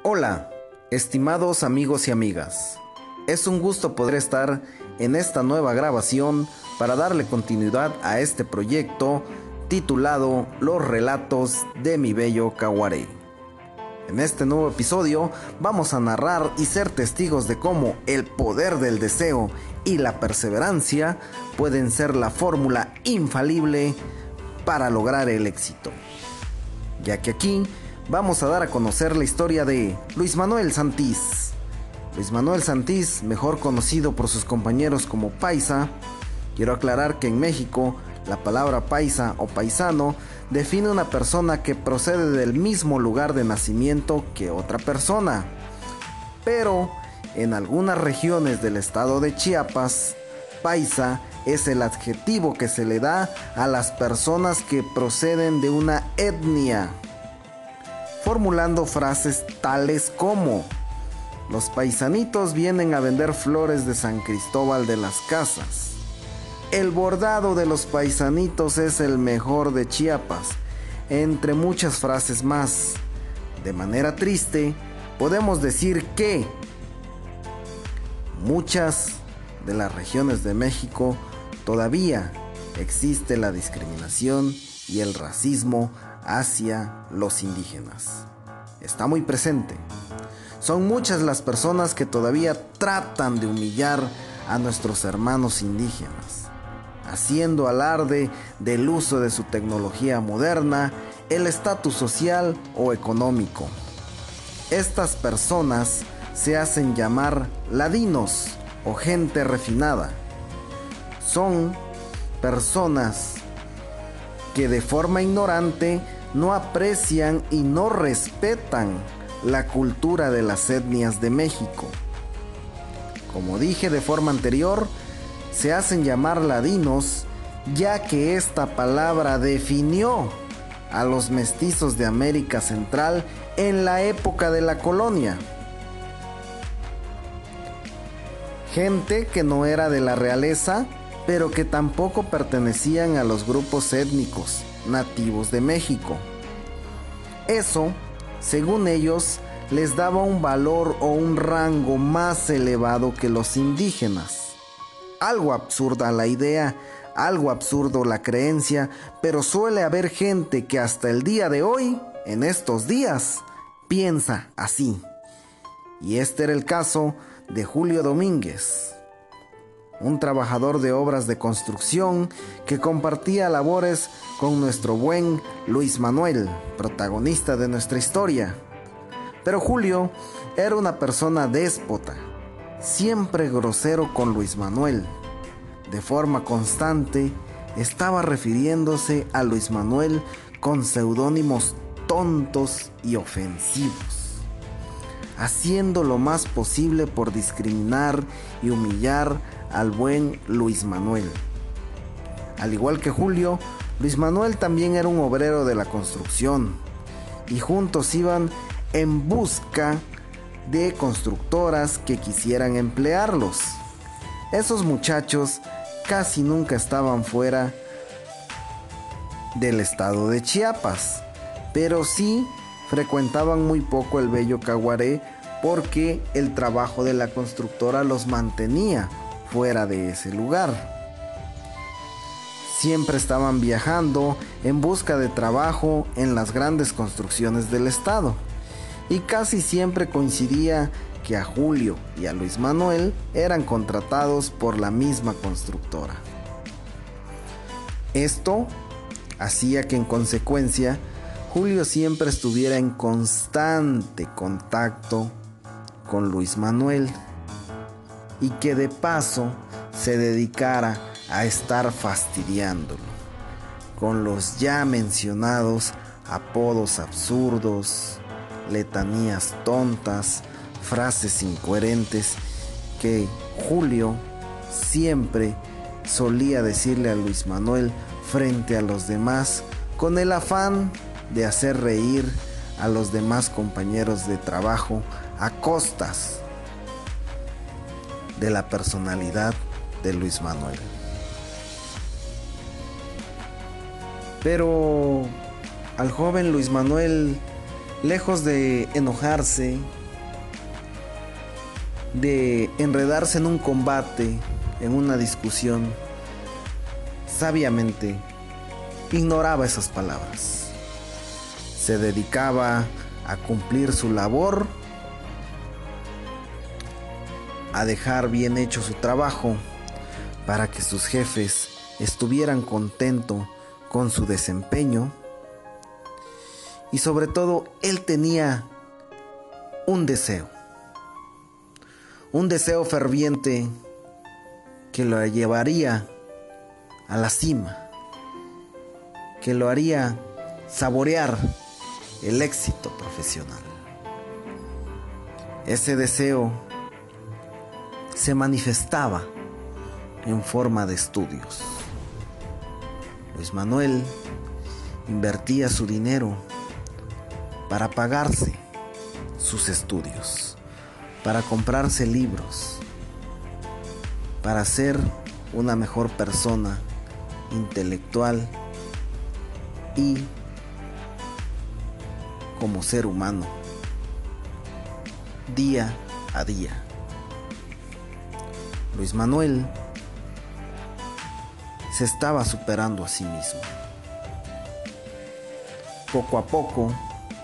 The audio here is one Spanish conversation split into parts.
Hola, estimados amigos y amigas. Es un gusto poder estar en esta nueva grabación para darle continuidad a este proyecto titulado Los relatos de mi bello Caguaré. En este nuevo episodio vamos a narrar y ser testigos de cómo el poder del deseo y la perseverancia pueden ser la fórmula infalible para lograr el éxito. Ya que aquí vamos a dar a conocer la historia de Luis Manuel Santis. Luis Manuel Santis, mejor conocido por sus compañeros como Paisa. Quiero aclarar que en México la palabra paisa o paisano define una persona que procede del mismo lugar de nacimiento que otra persona. Pero en algunas regiones del estado de Chiapas, paisa es el adjetivo que se le da a las personas que proceden de una etnia, formulando frases tales como: los paisanitos vienen a vender flores de San Cristóbal de las Casas. El bordado de los paisanitos es el mejor de Chiapas, entre muchas frases más. De manera triste, podemos decir que muchas de las regiones de México todavía existe la discriminación y el racismo hacia los indígenas. Está muy presente. Son muchas las personas que todavía tratan de humillar a nuestros hermanos indígenas, haciendo alarde del uso de su tecnología moderna, el estatus social o económico. Estas personas se hacen llamar ladinos o gente refinada. Son personas que de forma ignorante no aprecian y no respetan la cultura de las etnias de México. Como dije de forma anterior, se hacen llamar ladinos, ya que esta palabra definió a los mestizos de América Central en la época de la colonia. Gente que no era de la realeza, pero que tampoco pertenecían a los grupos étnicos nativos de México. Eso, según ellos, les daba un valor o un rango más elevado que los indígenas. Algo absurda la idea, algo absurdo la creencia, pero suele haber gente que hasta el día de hoy, en estos días, piensa así. Y este era el caso de Julio Domínguez, un trabajador de obras de construcción que compartía labores con nuestro buen Luis Manuel, protagonista de nuestra historia. Pero Julio era una persona déspota, siempre grosero con Luis Manuel. De forma constante estaba refiriéndose a Luis Manuel con seudónimos tontos y ofensivos, haciendo lo más posible por discriminar y humillar al buen Luis Manuel. Al igual que Julio, Luis Manuel también era un obrero de la construcción y juntos iban en busca de constructoras que quisieran emplearlos. Esos muchachos casi nunca estaban fuera del estado de Chiapas, pero sí frecuentaban muy poco el bello Caguaré porque el trabajo de la constructora los mantenía fuera de ese lugar. Siempre estaban viajando en busca de trabajo en las grandes construcciones del estado, y casi siempre coincidía que a Julio y a Luis Manuel eran contratados por la misma constructora. Esto hacía que en consecuencia Julio siempre estuviera en constante contacto con Luis Manuel y que de paso se dedicara a estar fastidiándolo con los ya mencionados apodos absurdos, letanías tontas, frases incoherentes que Julio siempre solía decirle a Luis Manuel frente a los demás, con el afán de hacer reír a los demás compañeros de trabajo a costas de la personalidad de Luis Manuel. Pero al joven Luis Manuel lejos de enojarse, de enredarse en un combate, en una discusión, sabiamente ignoraba esas palabras. Se dedicaba a cumplir su labor, a dejar bien hecho su trabajo para que sus jefes estuvieran contentos con su desempeño. Y sobre todo, él tenía un deseo ferviente que lo llevaría a la cima, que lo haría saborear el éxito profesional. Ese deseo se manifestaba en forma de estudios. Luis Manuel invertía su dinero para pagarse sus estudios, para comprarse libros, para ser una mejor persona intelectual y como ser humano, día a día. Luis Manuel se estaba superando a sí mismo. Poco a poco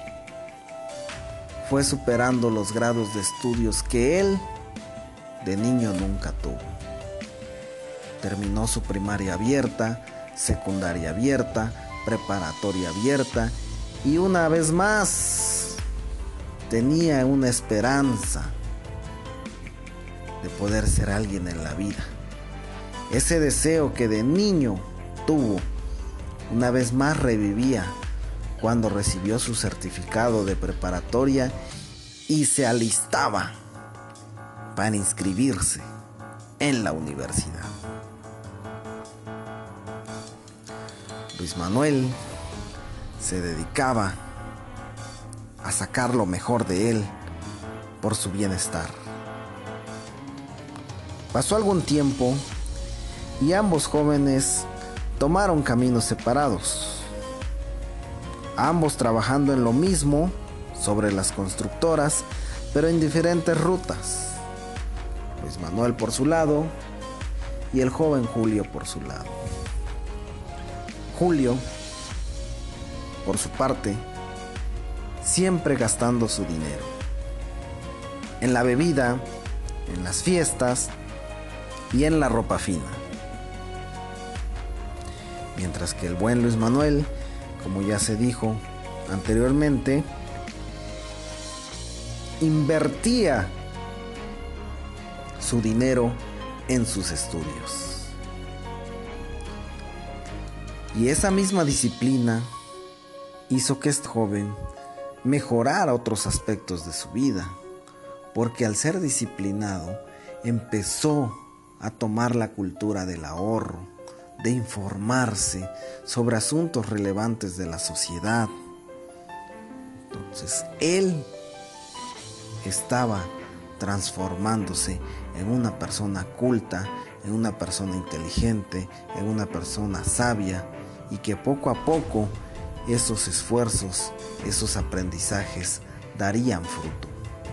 fue superando los grados de estudios que él de niño nunca tuvo. Terminó su primaria abierta, secundaria abierta, preparatoria abierta y una vez más tenía una esperanza de poder ser alguien en la vida. Ese deseo que de niño tuvo, una vez más revivía cuando recibió su certificado de preparatoria y se alistaba para inscribirse en la universidad. Luis Manuel se dedicaba a sacar lo mejor de él por su bienestar. Pasó algún tiempo y ambos jóvenes tomaron caminos separados, ambos trabajando en lo mismo sobre las constructoras, pero en diferentes rutas. Luis Manuel por su lado y el joven Julio por su lado. Julio, por su parte, siempre gastando su dinero en la bebida, en las fiestas y en la ropa fina. Mientras que el buen Luis Manuel, como ya se dijo anteriormente, invertía su dinero en sus estudios. Y esa misma disciplina hizo que este joven mejorara otros aspectos de su vida, porque al ser disciplinado empezó a tomar la cultura del ahorro, de informarse sobre asuntos relevantes de la sociedad. Entonces él estaba transformándose en una persona culta, en una persona inteligente, en una persona sabia, y que poco a poco esos esfuerzos, esos aprendizajes darían fruto.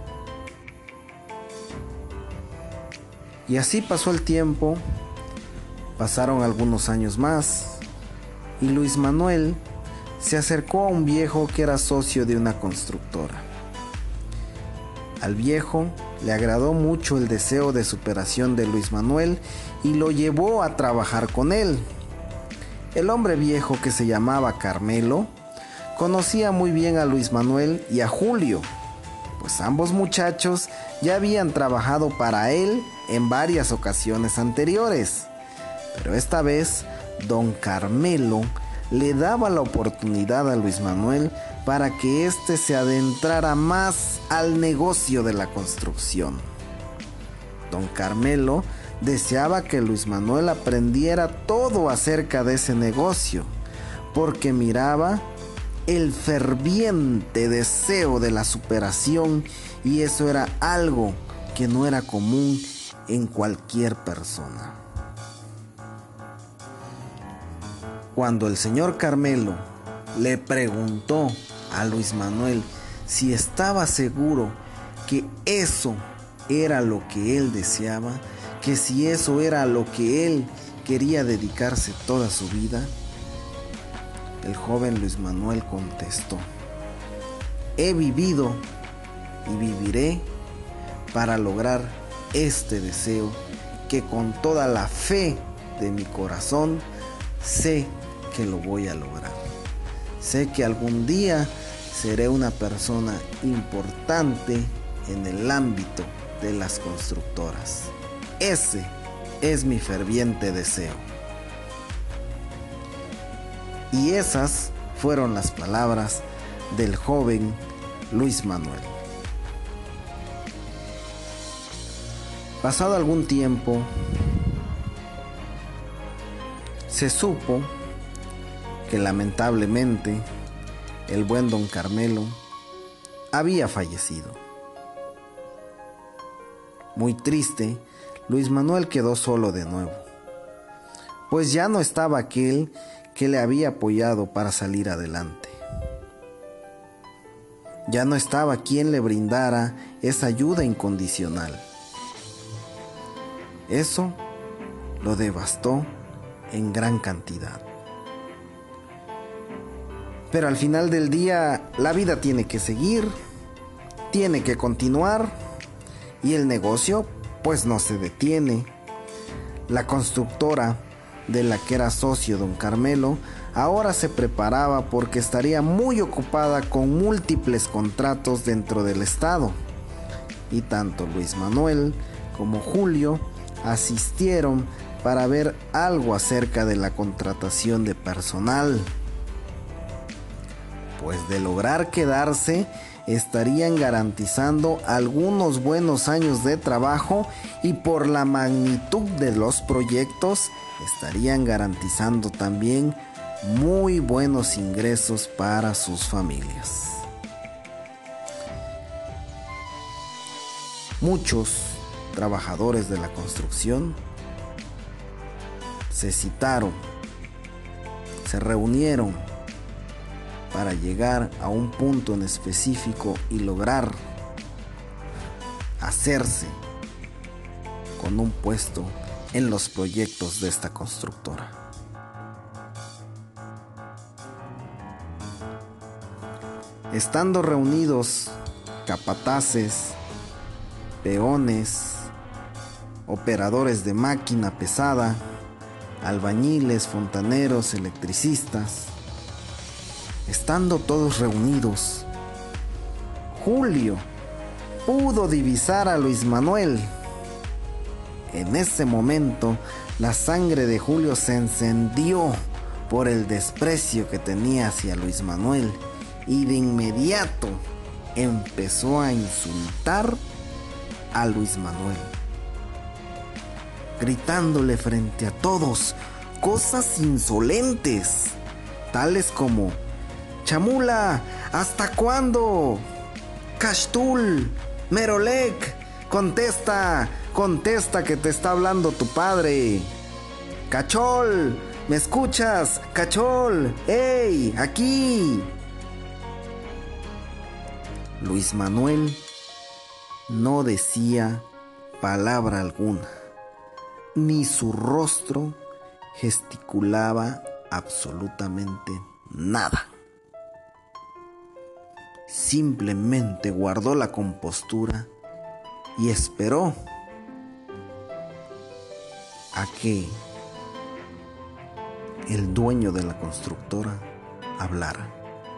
Y así pasó el tiempo, pasaron algunos años más, y Luis Manuel se acercó a un viejo que era socio de una constructora. Al viejo le agradó mucho el deseo de superación de Luis Manuel y lo llevó a trabajar con él. El hombre viejo, que se llamaba Carmelo, conocía muy bien a Luis Manuel y a Julio, pues ambos muchachos ya habían trabajado para él en varias ocasiones anteriores. Pero esta vez, don Carmelo le daba la oportunidad a Luis Manuel para que éste se adentrara más al negocio de la construcción. Don Carmelo deseaba que Luis Manuel aprendiera todo acerca de ese negocio, porque miraba el ferviente deseo de la superación, y eso era algo que no era común en cualquier persona. Cuando el señor Carmelo le preguntó a Luis Manuel si estaba seguro que eso era lo que él deseaba, que si eso era lo que él quería dedicarse toda su vida, el joven Luis Manuel contestó: he vivido y viviré para lograr este deseo que con toda la fe de mi corazón sé que lo voy a lograr. Sé que algún día seré una persona importante en el ámbito de las constructoras. Ese es mi ferviente deseo. Y esas fueron las palabras del joven Luis Manuel. Pasado algún tiempo, se supo que lamentablemente el buen don Carmelo había fallecido. Muy triste, Luis Manuel quedó solo de nuevo, pues ya no estaba aquel que le había apoyado para salir adelante. Ya no estaba quien le brindara esa ayuda incondicional. Eso lo devastó en gran cantidad. Pero al final del día, la vida tiene que seguir, tiene que continuar, y el negocio pues no se detiene. La constructora de la que era socio don Carmelo ahora se preparaba porque estaría muy ocupada con múltiples contratos dentro del estado, y tanto Luis Manuel como Julio asistieron para ver algo acerca de la contratación de personal. Pues de lograr quedarse, estarían garantizando algunos buenos años de trabajo, y por la magnitud de los proyectos estarían garantizando también muy buenos ingresos para sus familias. Muchos trabajadores de la construcción se citaron, se reunieron para llegar a un punto en específico y lograr hacerse con un puesto en los proyectos de esta constructora. Estando reunidos capataces, peones, operadores de máquina pesada, albañiles, fontaneros, electricistas, estando todos reunidos, Julio pudo divisar a Luis Manuel. En ese momento, la sangre de Julio se encendió por el desprecio que tenía hacia Luis Manuel, y de inmediato empezó a insultar a Luis Manuel, gritándole frente a todos cosas insolentes, tales como: chamula, ¿hasta cuándo? Cashtul, Merolec, contesta que te está hablando tu padre. Cachol, ¿me escuchas? Cachol, ¡ey, aquí! Luis Manuel no decía palabra alguna, ni su rostro gesticulaba absolutamente nada. Simplemente guardó la compostura y esperó a que el dueño de la constructora hablara.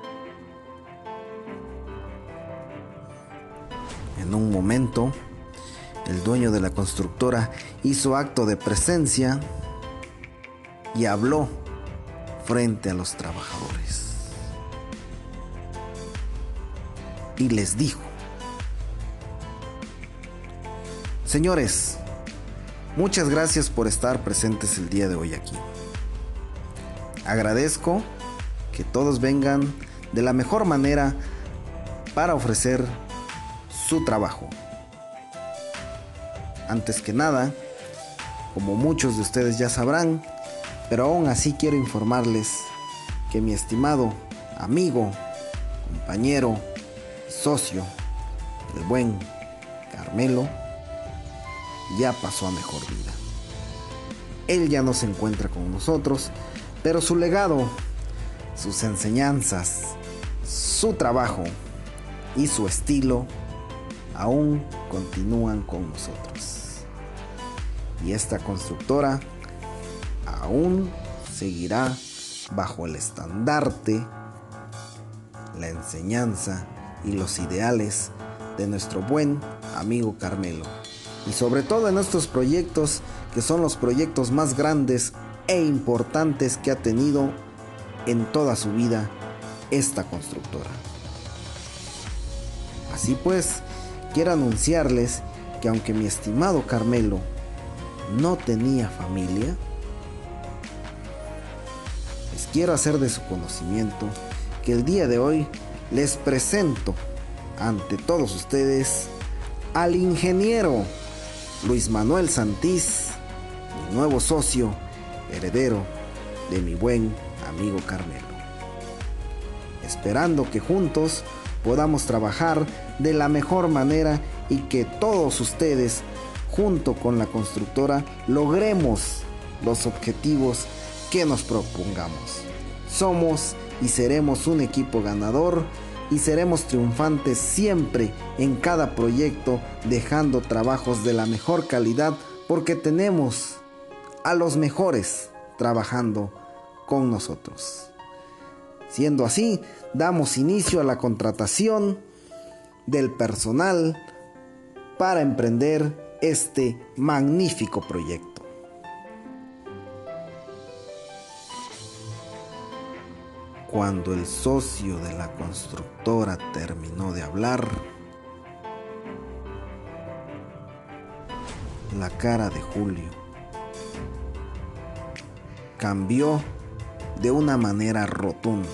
En un momento, el dueño de la constructora hizo acto de presencia y habló frente a los trabajadores. Y les dijo: señores, muchas gracias por estar presentes el día de hoy aquí. Agradezco que todos vengan de la mejor manera para ofrecer su trabajo. Antes que nada, como muchos de ustedes ya sabrán, pero aún así quiero informarles que mi estimado amigo, compañero, socio, el buen Carmelo, ya pasó a mejor vida. Él ya no se encuentra con nosotros, pero su legado, sus enseñanzas, su trabajo y su estilo aún continúan con nosotros. Y esta constructora aún seguirá bajo el estandarte, la enseñanza y los ideales de nuestro buen amigo Carmelo. Y sobre todo en estos proyectos, que son los proyectos más grandes e importantes que ha tenido en toda su vida esta constructora. Así pues, quiero anunciarles que aunque mi estimado Carmelo no tenía familia, les quiero hacer de su conocimiento que el día de hoy les presento ante todos ustedes al ingeniero Luis Manuel Santiz, mi nuevo socio, heredero de mi buen amigo Carmelo. Esperando que juntos podamos trabajar de la mejor manera y que todos ustedes, junto con la constructora, logremos los objetivos que nos propongamos. Somos y seremos un equipo ganador y seremos triunfantes siempre en cada proyecto, dejando trabajos de la mejor calidad, porque tenemos a los mejores trabajando con nosotros. Siendo así, damos inicio a la contratación del personal para emprender este magnífico proyecto. Cuando el socio de la constructora terminó de hablar, la cara de Julio cambió de una manera rotunda.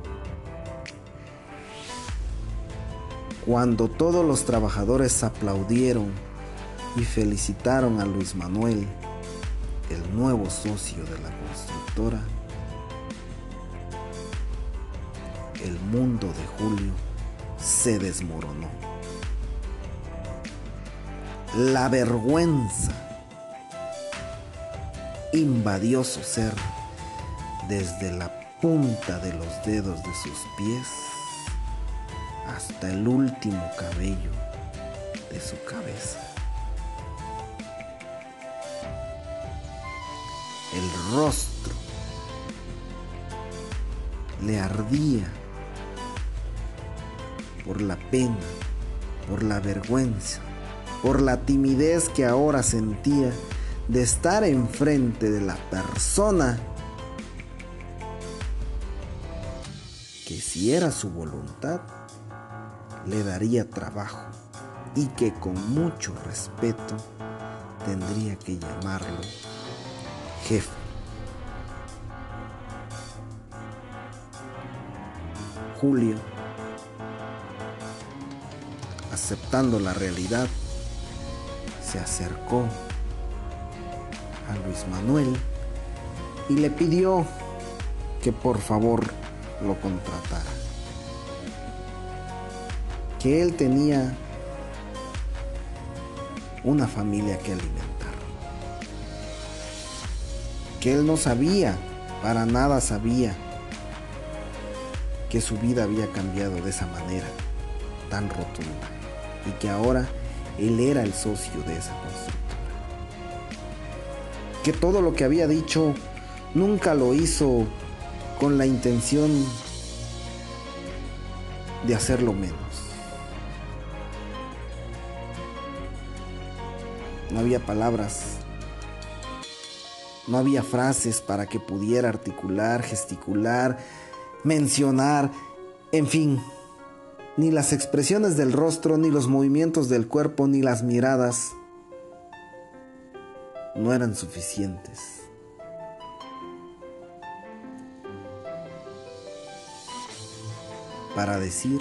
Cuando todos los trabajadores aplaudieron y felicitaron a Luis Manuel, el nuevo socio de la constructora, el mundo de Julio se desmoronó. La vergüenza invadió su ser desde la punta de los dedos de sus pies hasta el último cabello de su cabeza. El rostro le ardía por la pena, por la vergüenza, por la timidez que ahora sentía de estar enfrente de la persona que, si era su voluntad, le daría trabajo y que con mucho respeto tendría que llamarlo jefe. Julio, aceptando la realidad, se acercó a Luis Manuel y le pidió que por favor lo contratara, que él tenía una familia que alimentar, que él no sabía, para nada sabía, que su vida había cambiado de esa manera tan rotunda y que ahora él era el socio de esa constructora, que todo lo que había dicho nunca lo hizo con la intención de hacerlo menos. No había palabras, no había frases para que pudiera articular, gesticular, mencionar, en fin, ni las expresiones del rostro, ni los movimientos del cuerpo, ni las miradas no eran suficientes para decir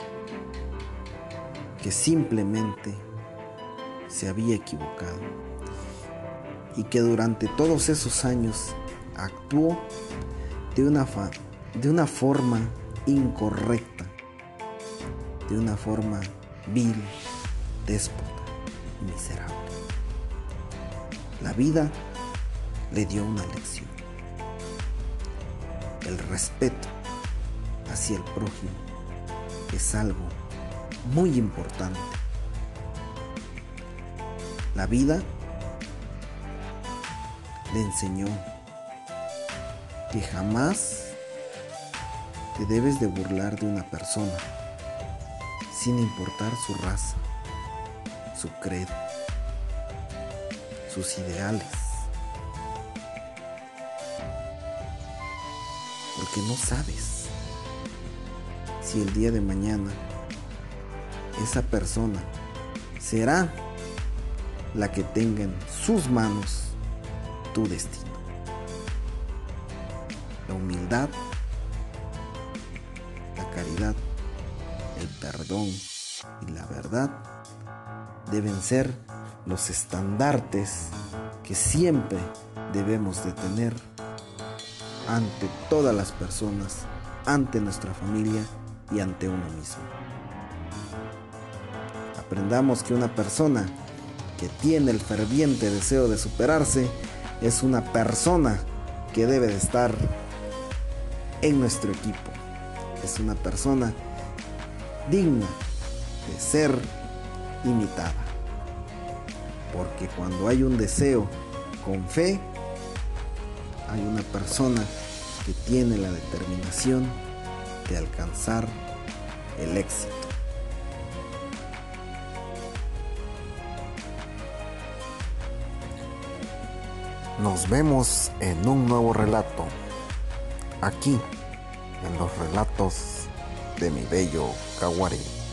que simplemente se había equivocado y que durante todos esos años actuó de una forma incorrecta de una forma vil, déspota y miserable. La vida le dio una lección. El respeto hacia el prójimo es algo muy importante. La vida le enseñó que jamás te debes de burlar de una persona, sin importar su raza, su credo, sus ideales. Porque no sabes si el día de mañana esa persona será la que tenga en sus manos tu destino. La humildad, la caridad, el perdón y la verdad deben ser los estandartes que siempre debemos de tener ante todas las personas, ante nuestra familia y ante uno mismo. Aprendamos que una persona que tiene el ferviente deseo de superarse es una persona que debe de estar en nuestro equipo. Es una persona digna de ser imitada. Porque cuando hay un deseo con fe, hay una persona que tiene la determinación de alcanzar el éxito. Nos vemos en un nuevo relato, aquí en los relatos de mi bello Caguarí.